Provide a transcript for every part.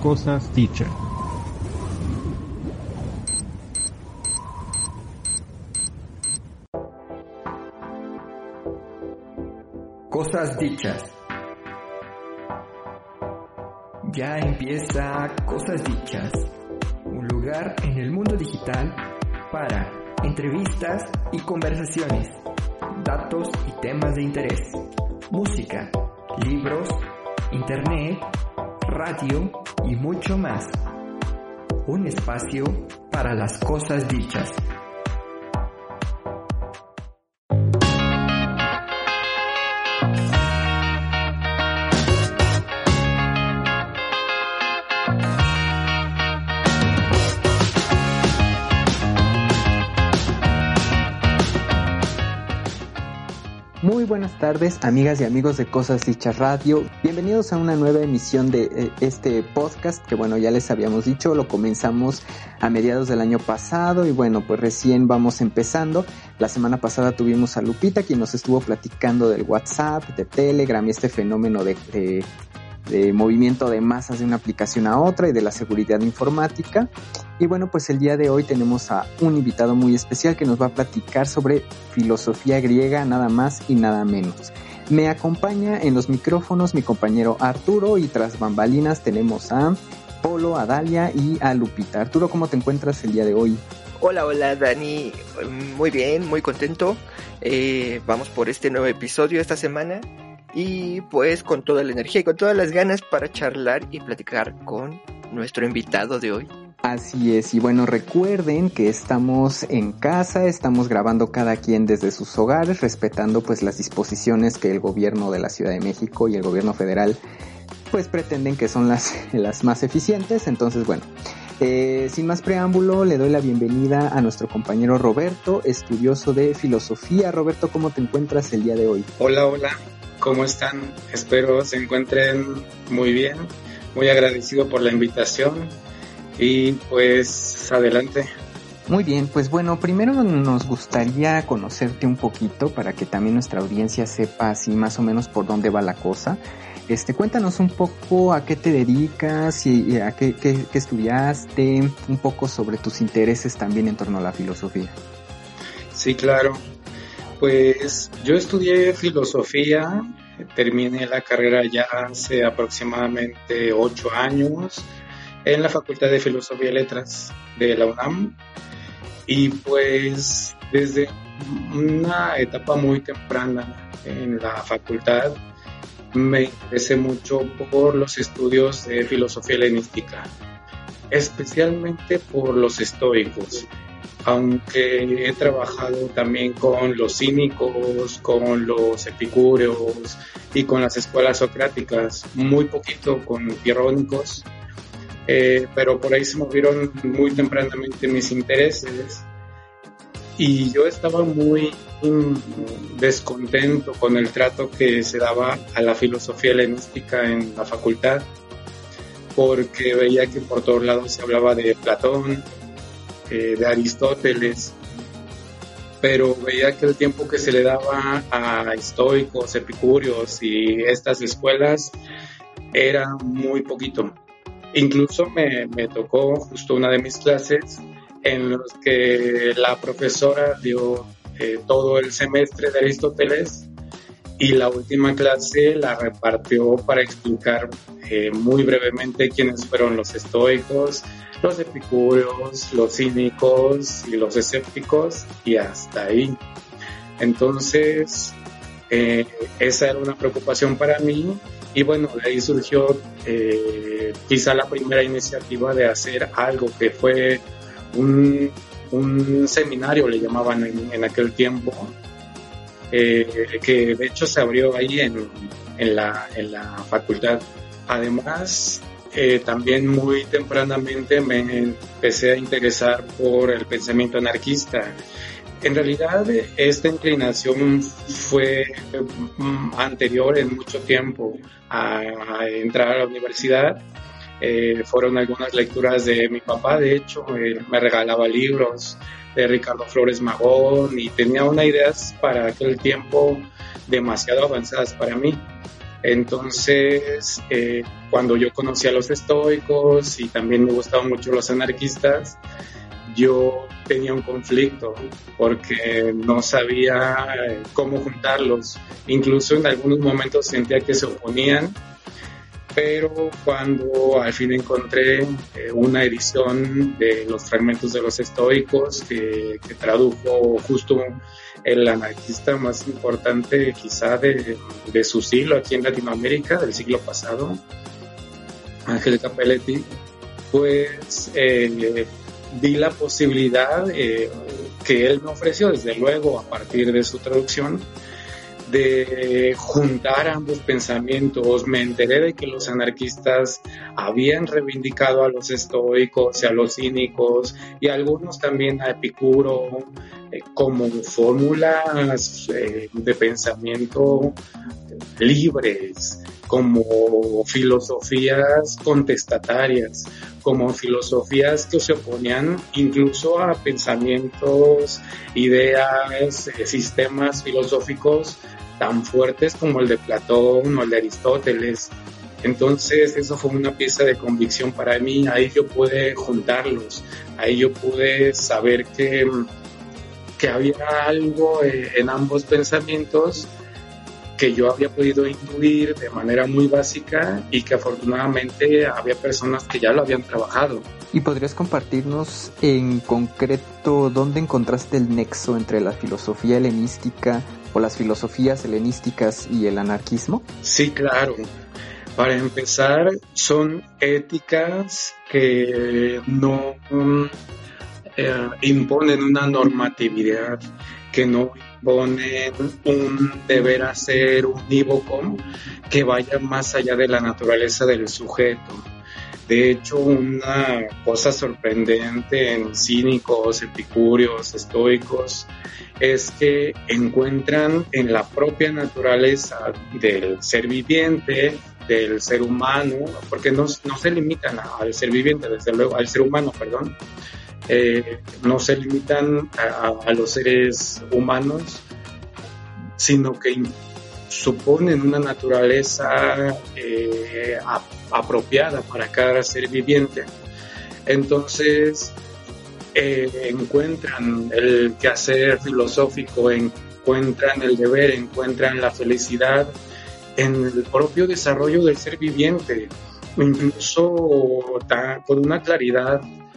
Cosas Dichas. Cosas Dichas. Ya empieza Cosas Dichas, un lugar en el mundo digital para entrevistas y conversaciones, datos y temas de interés, música, libros, internet, radio y mucho más. Un espacio para las cosas dichas. Muy buenas tardes, amigas y amigos de Cosas Dichas Radio. Bienvenidos a una nueva emisión de este podcast que, bueno, ya les habíamos dicho, lo comenzamos a mediados del año pasado y, bueno, pues recién vamos empezando. La semana pasada tuvimos a Lupita, quien nos estuvo platicando del WhatsApp, de Telegram y este fenómeno de movimiento de masas de una aplicación a otra y de la seguridad informática. Y bueno, pues el día de hoy tenemos a un invitado muy especial que nos va a platicar sobre filosofía griega, nada más y nada menos. Me acompaña en los micrófonos mi compañero Arturo y tras bambalinas tenemos a Polo, a Dalia y a Lupita. Arturo, ¿cómo te encuentras el día de hoy? Hola Dani, muy bien, muy contento. Vamos por este nuevo episodio esta semana. Y pues con toda la energía y con todas las ganas para charlar y platicar con nuestro invitado de hoy. Así es, y bueno, recuerden que estamos en casa, estamos grabando cada quien desde sus hogares, respetando pues las disposiciones que el gobierno de la Ciudad de México y el gobierno federal pues pretenden que son las más eficientes. Entonces, bueno, sin más preámbulo, le doy la bienvenida a nuestro compañero Roberto, estudioso de filosofía. Roberto, ¿cómo te encuentras el día de hoy? Hola, ¿cómo están? Espero se encuentren muy bien, muy agradecido por la invitación y pues adelante. Muy bien, pues bueno, primero nos gustaría conocerte un poquito para que también nuestra audiencia sepa así más o menos por dónde va la cosa. Cuéntanos un poco a qué te dedicas y a qué estudiaste, un poco sobre tus intereses también en torno a la filosofía. Sí, claro. Pues yo estudié filosofía, terminé la carrera ya hace aproximadamente 8 años en la Facultad de Filosofía y Letras de la UNAM, y pues desde una etapa muy temprana en la facultad me interesé mucho por los estudios de filosofía helenística, especialmente por los estoicos. Aunque he trabajado también con los cínicos, con los epicúreos y con las escuelas socráticas, muy poquito con pirónicos, pero por ahí se movieron muy tempranamente mis intereses y yo estaba muy descontento con el trato que se daba a la filosofía helenística en la facultad, porque veía que por todos lados se hablaba de Platón, de Aristóteles, pero veía que el tiempo que se le daba a estoicos, epicúreos y estas escuelas era muy poquito. Incluso me tocó justo una de mis clases en los que la profesora dio todo el semestre de Aristóteles y la última clase la repartió para explicar muy brevemente quiénes fueron los estoicos, los epicúreos, los cínicos y los escépticos, y hasta ahí. Entonces, esa era una preocupación para mí, y bueno, de ahí surgió quizá la primera iniciativa de hacer algo que fue un seminario, le llamaban en aquel tiempo, que de hecho se abrió ahí en la facultad. Además, también muy tempranamente me empecé a interesar por el pensamiento anarquista. En realidad, esta inclinación fue anterior en mucho tiempo a entrar a la universidad. Fueron algunas lecturas de mi papá, de hecho, él me regalaba libros de Ricardo Flores Magón y tenía unas ideas para aquel tiempo demasiado avanzadas para mí. Entonces, cuando yo conocí a los estoicos y también me gustaban mucho los anarquistas, yo tenía un conflicto porque no sabía cómo juntarlos. Incluso en algunos momentos sentía que se oponían, pero cuando al fin encontré una edición de los fragmentos de los estoicos que tradujo justo el anarquista más importante quizá de su siglo aquí en Latinoamérica, del siglo pasado, Ángel Capelletti, pues vi la posibilidad que él me ofreció, desde luego, a partir de su traducción, de juntar ambos pensamientos. Me enteré de que los anarquistas habían reivindicado a los estoicos y a los cínicos, y algunos también a Epicuro, como fórmulas de pensamiento libres, como filosofías contestatarias, como filosofías que se oponían incluso a pensamientos, ideas, sistemas filosóficos tan fuertes como el de Platón o el de Aristóteles. Entonces eso fue una pieza de convicción para mí. Ahí yo pude juntarlos, ahí yo pude saber que había algo en ambos pensamientos que yo había podido intuir de manera muy básica y que afortunadamente había personas que ya lo habían trabajado. ¿Y podrías compartirnos en concreto dónde encontraste el nexo entre la filosofía helenística o las filosofías helenísticas y el anarquismo? Sí, claro. Para empezar, son éticas que no imponen una normatividad, que no imponen un deber hacer unívoco que vaya más allá de la naturaleza del sujeto. De hecho, una cosa sorprendente en cínicos, epicúreos, estoicos, es que encuentran en la propia naturaleza del ser viviente, del ser humano, porque no se limitan al ser viviente, desde luego, al ser humano, perdón, no se limitan a los seres humanos, sino que suponen una naturaleza apropiada para cada ser viviente. Entonces encuentran el quehacer filosófico, encuentran el deber, encuentran la felicidad en el propio desarrollo del ser viviente, incluso con una claridad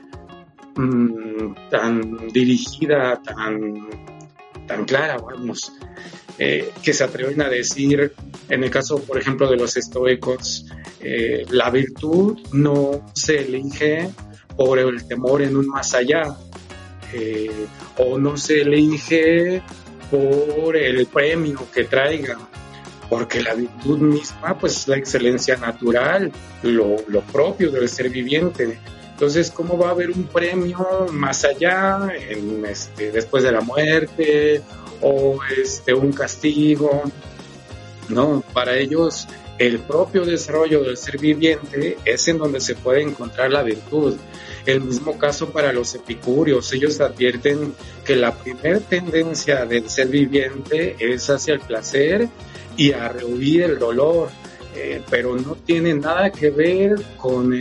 tan dirigida, tan clara, vamos, que se atreven a decir, en el caso, por ejemplo, de los estoicos, la virtud no se elige por el temor en un más allá, o no se elige por el premio que traiga, porque la virtud misma, pues, es la excelencia natural, lo propio del ser viviente. Entonces, ¿cómo va a haber un premio más allá, después de la muerte, o un castigo? No, para ellos el propio desarrollo del ser viviente es en donde se puede encontrar la virtud. El mismo caso para los epicúreos. Ellos advierten que la primer tendencia del ser viviente es hacia el placer y a rehuir el dolor, pero no tiene nada que ver con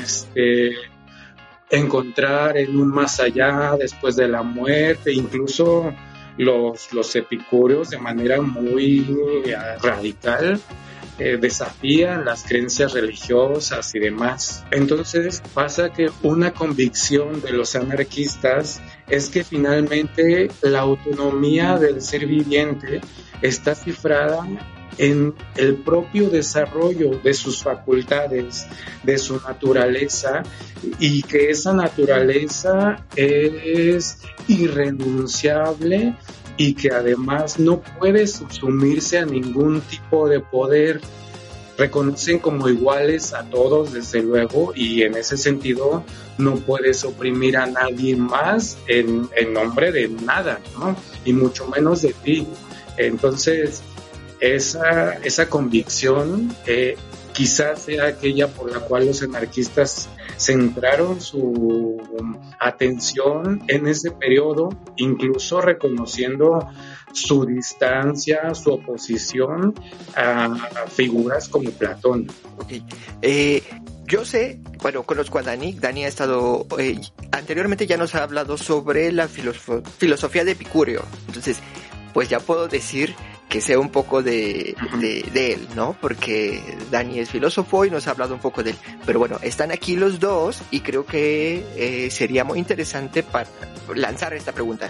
encontrar en un más allá después de la muerte. Incluso los epicúreos, de manera muy radical, desafían las creencias religiosas y demás. Entonces pasa que una convicción de los anarquistas es que finalmente la autonomía del ser viviente está cifrada en el propio desarrollo de sus facultades, de su naturaleza, y que esa naturaleza es irrenunciable y que además no puede subsumirse a ningún tipo de poder. Reconocen como iguales a todos, desde luego, y en ese sentido no puedes oprimir a nadie más en nombre de nada, ¿no? Y mucho menos de ti. Entonces, esa convicción quizás sea aquella por la cual los anarquistas centraron su atención en ese periodo, incluso reconociendo su distancia, su oposición a figuras como Platón. Okay. Yo sé, bueno, conozco a Dani. Dani ha estado, anteriormente ya nos ha hablado sobre la filosofía de Epicúreo. Entonces, pues ya puedo decir que sé un poco de él, ¿no? Porque Dani es filósofo y nos ha hablado un poco de él. Pero bueno, están aquí los dos y creo que sería muy interesante para lanzar esta pregunta.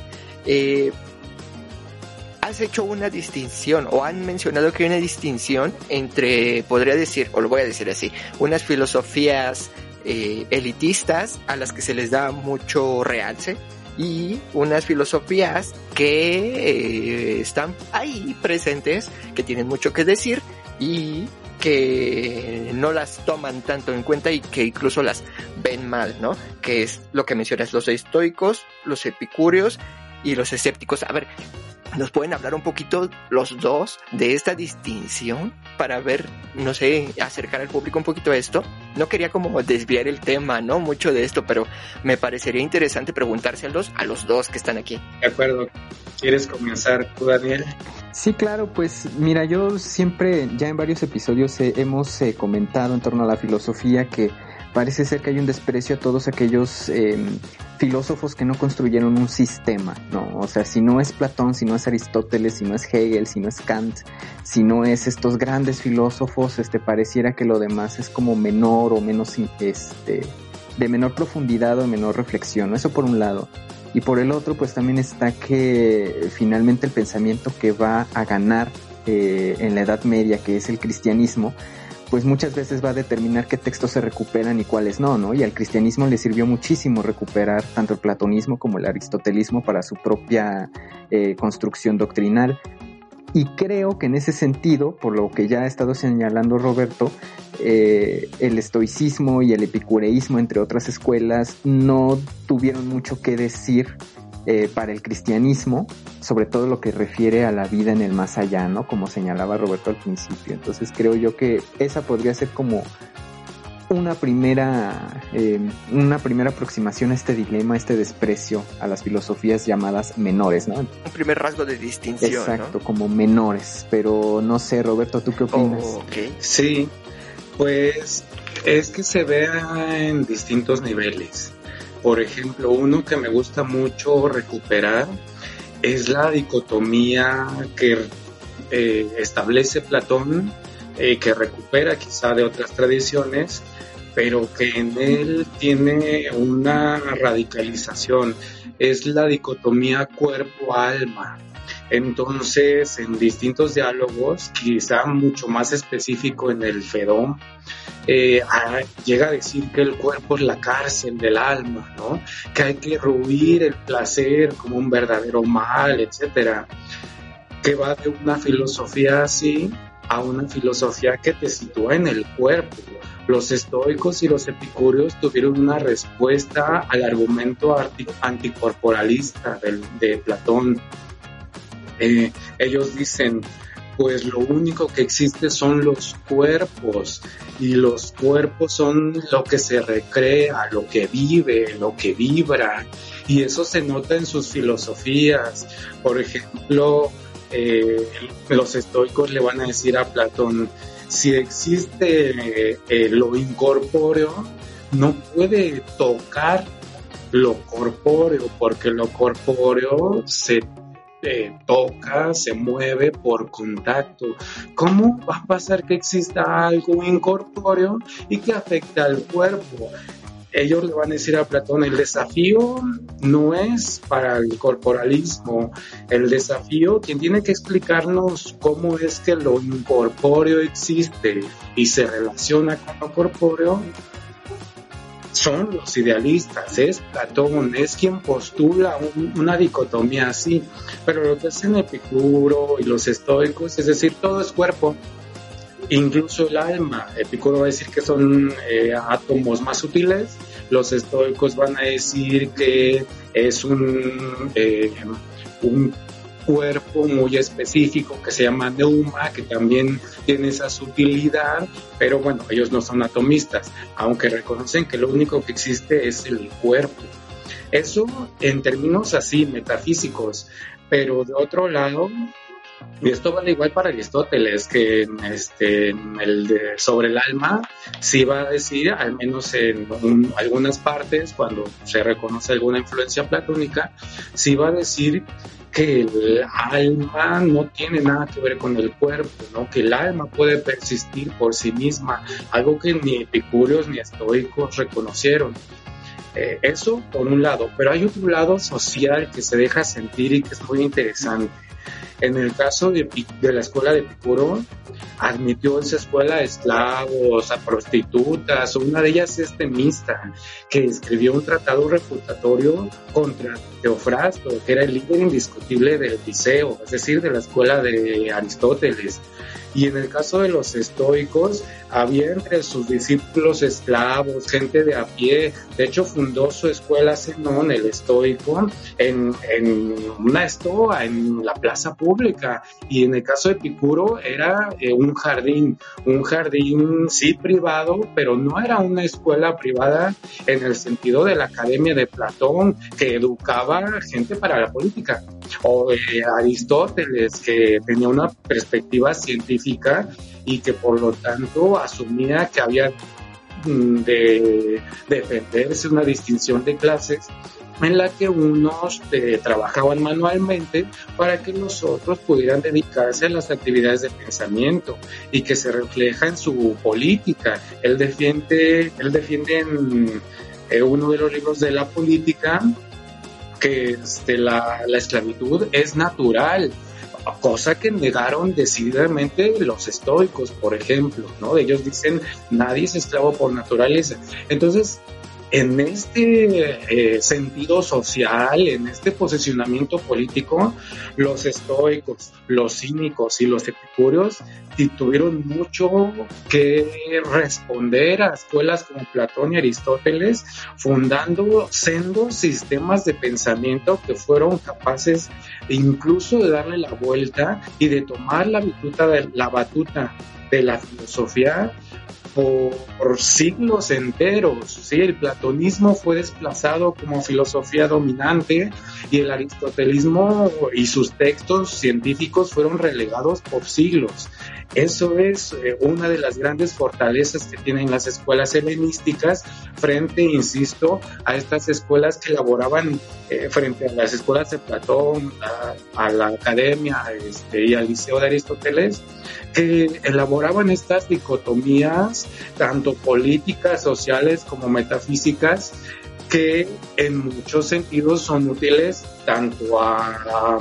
Has hecho una distinción, o han mencionado que hay una distinción entre, podría decir, o lo voy a decir así, unas filosofías elitistas a las que se les da mucho realce y unas filosofías que están ahí presentes, que tienen mucho que decir y que no las toman tanto en cuenta y que incluso las ven mal, ¿no? Que es lo que mencionas, los estoicos, los epicúreos y los escépticos. A ver, ¿nos pueden hablar un poquito los dos de esta distinción para ver, no sé, acercar al público un poquito a esto? No quería como desviar el tema, ¿no? Mucho de esto, pero me parecería interesante preguntárselos a los dos que están aquí. De acuerdo. ¿Quieres comenzar tú, Daniel? Sí, claro, pues mira, yo siempre, ya en varios episodios hemos comentado en torno a la filosofía que parece ser que hay un desprecio a todos aquellos filósofos que no construyeron un sistema, ¿no? O sea, si no es Platón, si no es Aristóteles, si no es Hegel, si no es Kant, si no es estos grandes filósofos, pareciera que lo demás es como menor o menos, de menor profundidad o de menor reflexión, ¿no? Eso por un lado. Y por el otro, pues también está que finalmente el pensamiento que va a ganar en la Edad Media, que es el cristianismo, pues muchas veces va a determinar qué textos se recuperan y cuáles no, ¿no? Y al cristianismo le sirvió muchísimo recuperar tanto el platonismo como el aristotelismo para su propia construcción doctrinal. Y creo que en ese sentido, por lo que ya ha estado señalando Roberto, el estoicismo y el epicureísmo, entre otras escuelas, no tuvieron mucho que decir para el cristianismo, sobre todo lo que refiere a la vida en el más allá, ¿no? Como señalaba Roberto al principio. Entonces creo yo que esa podría ser como una primera aproximación a este dilema, a este desprecio a las filosofías llamadas menores, ¿no? Un primer rasgo de distinción. Exacto, ¿no? como menores. Pero no sé, Roberto, ¿tú qué opinas? Okay. Sí, pues es que se vea en distintos niveles. Por ejemplo, uno que me gusta mucho recuperar es la dicotomía que establece Platón, que recupera quizá de otras tradiciones, pero que en él tiene una radicalización. Es la dicotomía cuerpo-alma. Entonces, en distintos diálogos, quizá mucho más específico en el Fedón, llega a decir que el cuerpo es la cárcel del alma, ¿no? Que hay que rehuir el placer como un verdadero mal, etcétera. Que va de una filosofía así a una filosofía que te sitúa en el cuerpo. Los estoicos y los epicúreos tuvieron una respuesta al argumento anticorporalista de Platón. Ellos dicen, pues lo único que existe son los cuerpos, y los cuerpos son lo que se recrea, lo que vive, lo que vibra, y eso se nota en sus filosofías. Por ejemplo, los estoicos le van a decir a Platón, si existe lo incorpóreo, no puede tocar lo corpóreo, porque lo corpóreo se toca, se mueve por contacto. ¿Cómo va a pasar que exista algo incorpóreo y que afecte al cuerpo? Ellos le van a decir a Platón, el desafío no es para el corporalismo, el desafío, quien tiene que explicarnos cómo es que lo incorpóreo existe y se relaciona con lo corpóreo, son los idealistas, es Platón, es quien postula una dicotomía así. Pero lo que hacen Epicuro y los estoicos, es decir, todo es cuerpo, incluso el alma. Epicuro va a decir que son átomos más sutiles, los estoicos van a decir que es un cuerpo muy específico que se llama neuma, que también tiene esa sutilidad, pero bueno, ellos no son atomistas, aunque reconocen que lo único que existe es el cuerpo. Eso en términos así metafísicos, pero de otro lado, y esto vale igual para Aristóteles, que en sobre el alma sí va a decir, al menos en algunas partes, cuando se reconoce alguna influencia platónica, sí va a decir que el alma no tiene nada que ver con el cuerpo, ¿no? Que el alma puede persistir por sí misma, algo que ni epicúreos ni estoicos reconocieron. Eso por un lado, pero hay otro lado social que se deja sentir y que es muy interesante. En el caso de la escuela de Epicuro, admitió en su escuela a esclavos, a prostitutas, una de ellas es Temista, que escribió un tratado refutatorio contra Teofrasto, que era el líder indiscutible del Liceo, es decir, de la escuela de Aristóteles. Y en el caso de los estoicos, había entre sus discípulos esclavos, gente de a pie. De hecho, fundó su escuela Zenón, el estoico, en una estoa, en la plaza pública. Y en el caso de Epicuro, era un jardín sí privado, pero no era una escuela privada en el sentido de la Academia de Platón, que educaba gente para la política. O Aristóteles, que tenía una perspectiva científica y que por lo tanto asumía que había de defenderse una distinción de clases en la que unos trabajaban manualmente para que los otros pudieran dedicarse a las actividades de pensamiento y que se refleja en su política. Él defiende en uno de los libros de la política que la esclavitud es natural, cosa que negaron decididamente los estoicos, por ejemplo, ¿no? Ellos dicen, nadie es esclavo por naturaleza. Entonces, en este sentido social, en este posicionamiento político, los estoicos, los cínicos y los epicúreos tuvieron mucho que responder a escuelas como Platón y Aristóteles, fundando sendos sistemas de pensamiento que fueron capaces incluso de darle la vuelta y de tomar la batuta de la filosofía por siglos enteros, ¿sí? El platonismo fue desplazado como filosofía dominante y el aristotelismo y sus textos científicos fueron relegados por siglos. Eso es una de las grandes fortalezas que tienen las escuelas helenísticas frente, insisto, a estas escuelas que elaboraban frente a las escuelas de Platón, a la Academia y al Liceo de Aristóteles, que elaboraban estas dicotomías, tanto políticas, sociales como metafísicas, que en muchos sentidos son útiles tanto a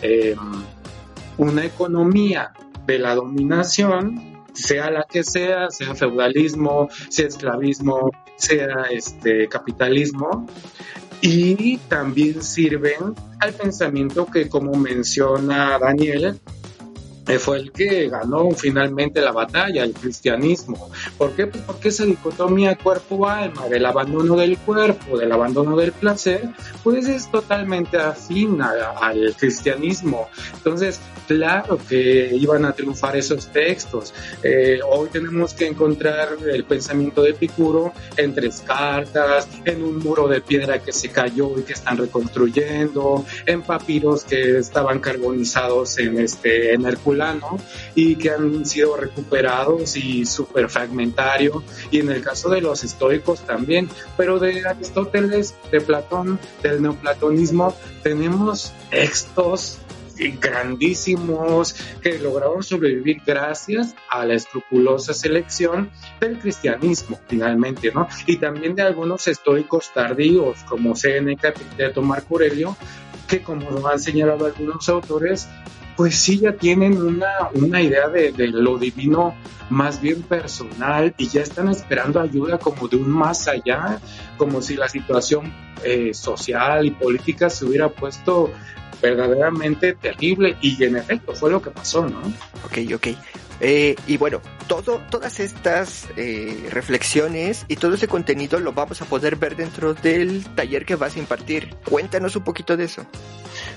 una economía de la dominación, sea la que sea feudalismo, sea esclavismo, sea capitalismo, y también sirven al pensamiento que, como menciona Daniel, fue el que ganó finalmente la batalla, el cristianismo. ¿Por qué? Pues porque esa dicotomía cuerpo-alma, del abandono del cuerpo, del abandono del placer, pues es totalmente afín al cristianismo. Entonces, claro que iban a triunfar esos textos. Hoy tenemos que encontrar el pensamiento de Epicuro en 3 cartas, en un muro de piedra que se cayó y que están reconstruyendo, en papiros que estaban carbonizados en Herculano y que han sido recuperados y súper fragmentario, y en el caso de los estoicos también, pero de Aristóteles, de Platón, del neoplatonismo, tenemos textos grandísimos que lograron sobrevivir gracias a la escrupulosa selección del cristianismo, finalmente, ¿no? Y también de algunos estoicos tardíos, como Séneca, Epicteto, Marco Aurelio, que, como lo han señalado algunos autores, pues sí ya tienen una idea de lo divino más bien personal y ya están esperando ayuda como de un más allá, como si la situación social y política se hubiera puesto verdaderamente terrible, y en efecto fue lo que pasó, ¿no? Ok. Y bueno, todas estas reflexiones y todo ese contenido lo vamos a poder ver dentro del taller que vas a impartir. Cuéntanos un poquito de eso.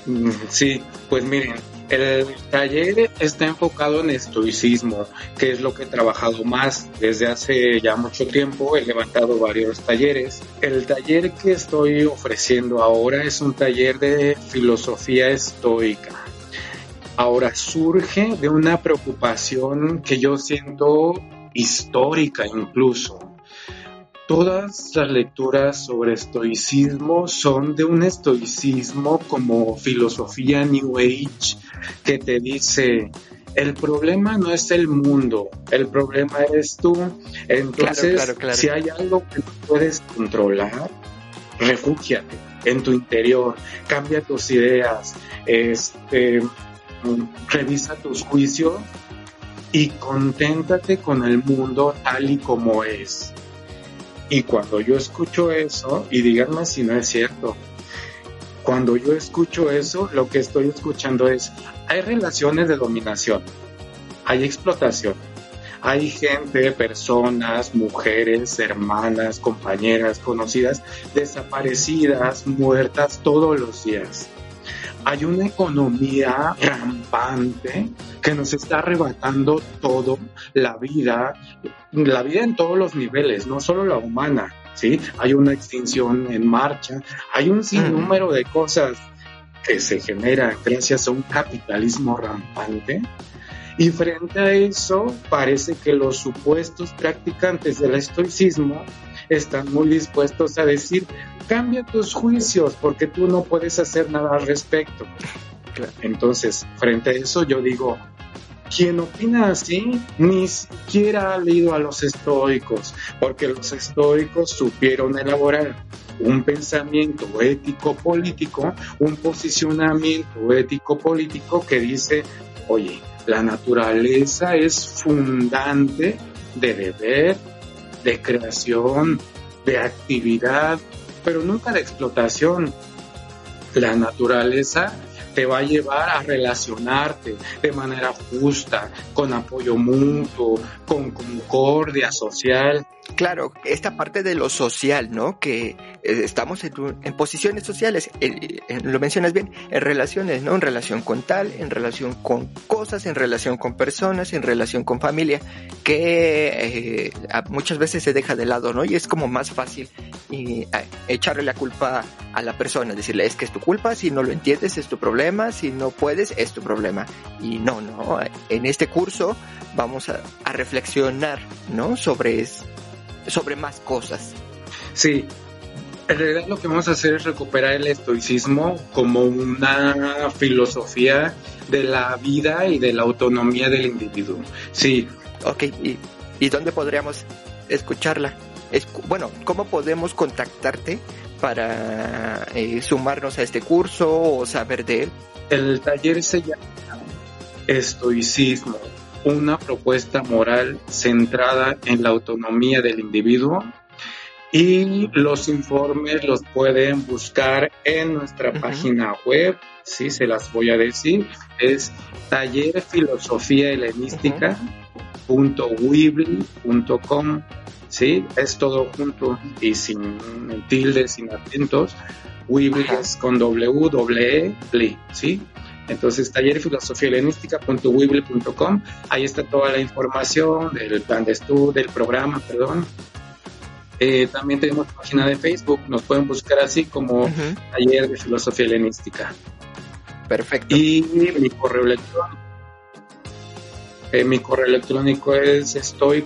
Sí, pues miren, el taller está enfocado en estoicismo, que es lo que he trabajado más desde hace ya mucho tiempo. He levantado varios talleres. El taller que estoy ofreciendo ahora es un taller de filosofía estoica. Ahora surge de una preocupación que yo siento histórica incluso. Todas las lecturas sobre estoicismo son de un estoicismo como filosofía New Age que te dice, el problema no es el mundo, el problema eres tú. Entonces, claro. Si hay algo que no puedes controlar, refúgiate en tu interior, cambia tus ideas, revisa tus juicios y conténtate con el mundo tal y como es. Y cuando yo escucho eso, y díganme si no es cierto, cuando yo escucho eso, lo que estoy escuchando es, hay relaciones de dominación, hay explotación, hay gente, personas, mujeres, hermanas, compañeras, conocidas, desaparecidas, muertas todos los días. Hay una economía rampante que nos está arrebatando todo, la vida en todos los niveles, no solo la humana, ¿sí? Hay una extinción en marcha, hay un sinnúmero de cosas que se generan gracias a un capitalismo rampante. Y frente a eso, parece que los supuestos practicantes del estoicismo están muy dispuestos a decir, cambia tus juicios porque tú no puedes hacer nada al respecto. Claro. Entonces, frente a eso yo digo, quien opina así ni siquiera ha leído a los estoicos, porque los estoicos supieron elaborar un pensamiento ético-político, un posicionamiento ético-político que dice, oye, la naturaleza es fundante de deber, de creación, de actividad, pero nunca de explotación. La naturaleza te va a llevar a relacionarte de manera justa, con apoyo mutuo, con concordia social. Claro, esta parte de lo social, ¿no? Que estamos en posiciones sociales, lo mencionas bien, en relaciones, ¿no? En relación con tal, en relación con cosas, en relación con personas, en relación con familia, que muchas veces se deja de lado, ¿no? Y es como más fácil echarle la culpa a la persona, decirle, es que es tu culpa, si no lo entiendes es tu problema, si no puedes es tu problema. Y no, en este curso vamos a reflexionar, ¿no? Sobre más cosas. Sí, en realidad lo que vamos a hacer es recuperar el estoicismo como una filosofía de la vida y de la autonomía del individuo. Sí. Ok, ¿y dónde podríamos escucharla? Bueno, ¿cómo podemos contactarte para sumarnos a este curso o saber de él? El taller se llama Estoicismo, una propuesta moral centrada en la autonomía del individuo, y los informes los pueden buscar en nuestra página web, sí, se las voy a decir, es tallerfilosofiahelénistica.weebly.com, sí, es todo junto y sin tildes, sin acentos. Weebly es con W-E-E-Bly, ¿sí? Entonces, tallerfilosofiahelénistica.weebly.com, ahí está toda la información del plan de estudio, del programa, perdón. También tenemos página de Facebook, nos pueden buscar así como Taller de Filosofía Helenística. Perfecto. Y mi correo electrónico es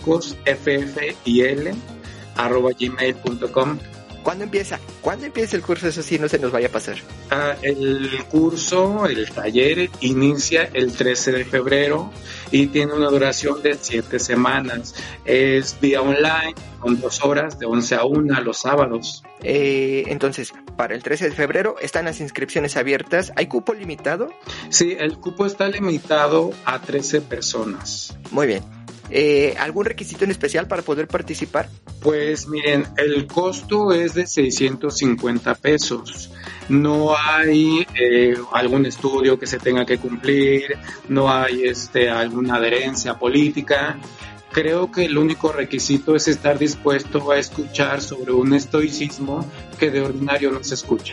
estoicosffil@gmail.com. ¿Cuándo empieza el curso? Eso sí, no se nos vaya a pasar. El curso, el taller, inicia el 13 de febrero y tiene una duración de 7 semanas. Es vía online, con 2 horas, de 11 a 1 los sábados. Entonces, para el 13 de febrero están las inscripciones abiertas. ¿Hay cupo limitado? Sí, el cupo está limitado a 13 personas. Muy bien. ¿Algún requisito en especial para poder participar? Pues miren, el costo es de 650 pesos. No hay algún estudio que se tenga que cumplir, no hay alguna adherencia política. Creo que el único requisito es estar dispuesto a escuchar sobre un estoicismo que de ordinario no se escucha.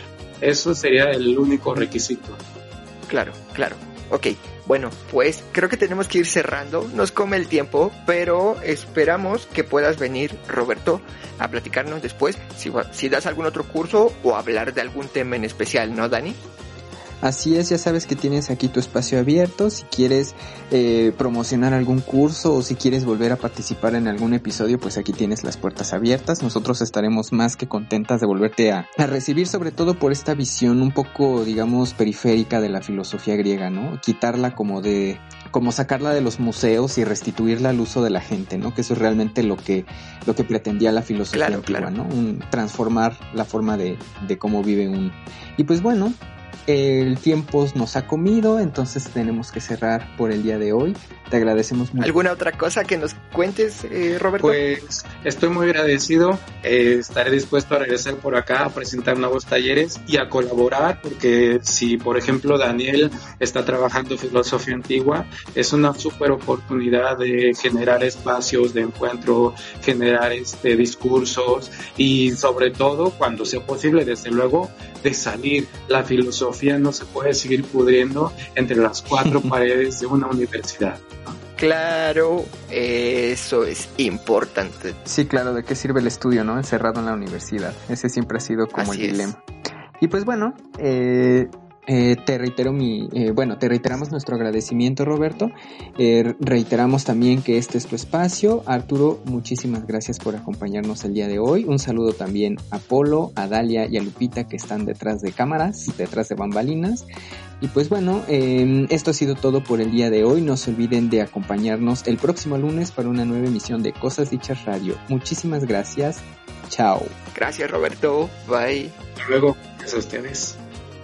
Eso sería el único requisito. Claro. Ok, bueno, pues creo que tenemos que ir cerrando, nos come el tiempo, pero esperamos que puedas venir, Roberto, a platicarnos después si das algún otro curso o hablar de algún tema en especial, ¿no, Dani? Así es, ya sabes que tienes aquí tu espacio abierto, si quieres promocionar algún curso o si quieres volver a participar en algún episodio, pues aquí tienes las puertas abiertas. Nosotros estaremos más que contentas de volverte a recibir, sobre todo por esta visión un poco, digamos, periférica de la filosofía griega, ¿no? Quitarla como sacarla de los museos y restituirla al uso de la gente, ¿no? Que eso es realmente lo que pretendía la filosofía antigua, ¿no? Transformar la forma de cómo vive uno. Y pues bueno, el tiempo nos ha comido, entonces tenemos que cerrar por el día de hoy. Te agradecemos mucho. ¿Alguna otra cosa que nos cuentes, Roberto? Pues estoy muy agradecido. Estaré dispuesto a regresar por acá a presentar nuevos talleres y a colaborar, porque si, por ejemplo, Daniel está trabajando filosofía antigua, es una súper oportunidad de generar espacios de encuentro, generar discursos y, sobre todo, cuando sea posible, desde luego, de salir. La filosofía no se puede seguir pudriendo entre las cuatro paredes de una universidad. Claro, eso es importante. Sí, claro, ¿de qué sirve el estudio, no? Encerrado en la universidad. Ese siempre ha sido como Así el dilema. Y pues bueno, te reiteramos nuestro agradecimiento, Roberto. Reiteramos también que este es tu espacio. Arturo, muchísimas gracias por acompañarnos el día de hoy. Un saludo también a Polo, a Dalia y a Lupita, que están detrás de cámaras, detrás de bambalinas. Y pues bueno, esto ha sido todo por el día de hoy. No se olviden de acompañarnos el próximo lunes para una nueva emisión de Cosas Dichas Radio. Muchísimas gracias. Chao. Gracias, Roberto. Bye. Hasta luego. Gracias a ustedes.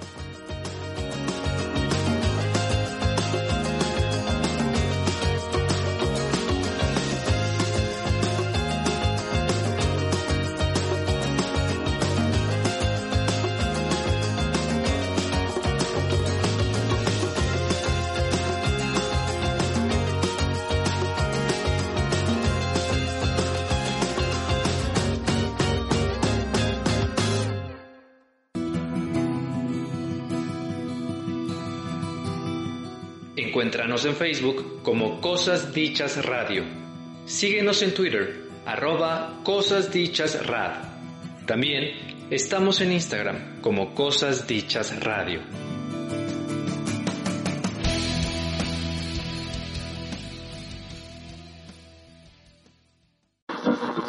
Encuéntranos en Facebook como Cosas Dichas Radio. Síguenos en Twitter, @CosasDichasRad. También estamos en Instagram como Cosas Dichas Radio.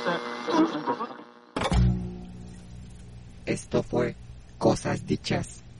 Esto fue Cosas Dichas.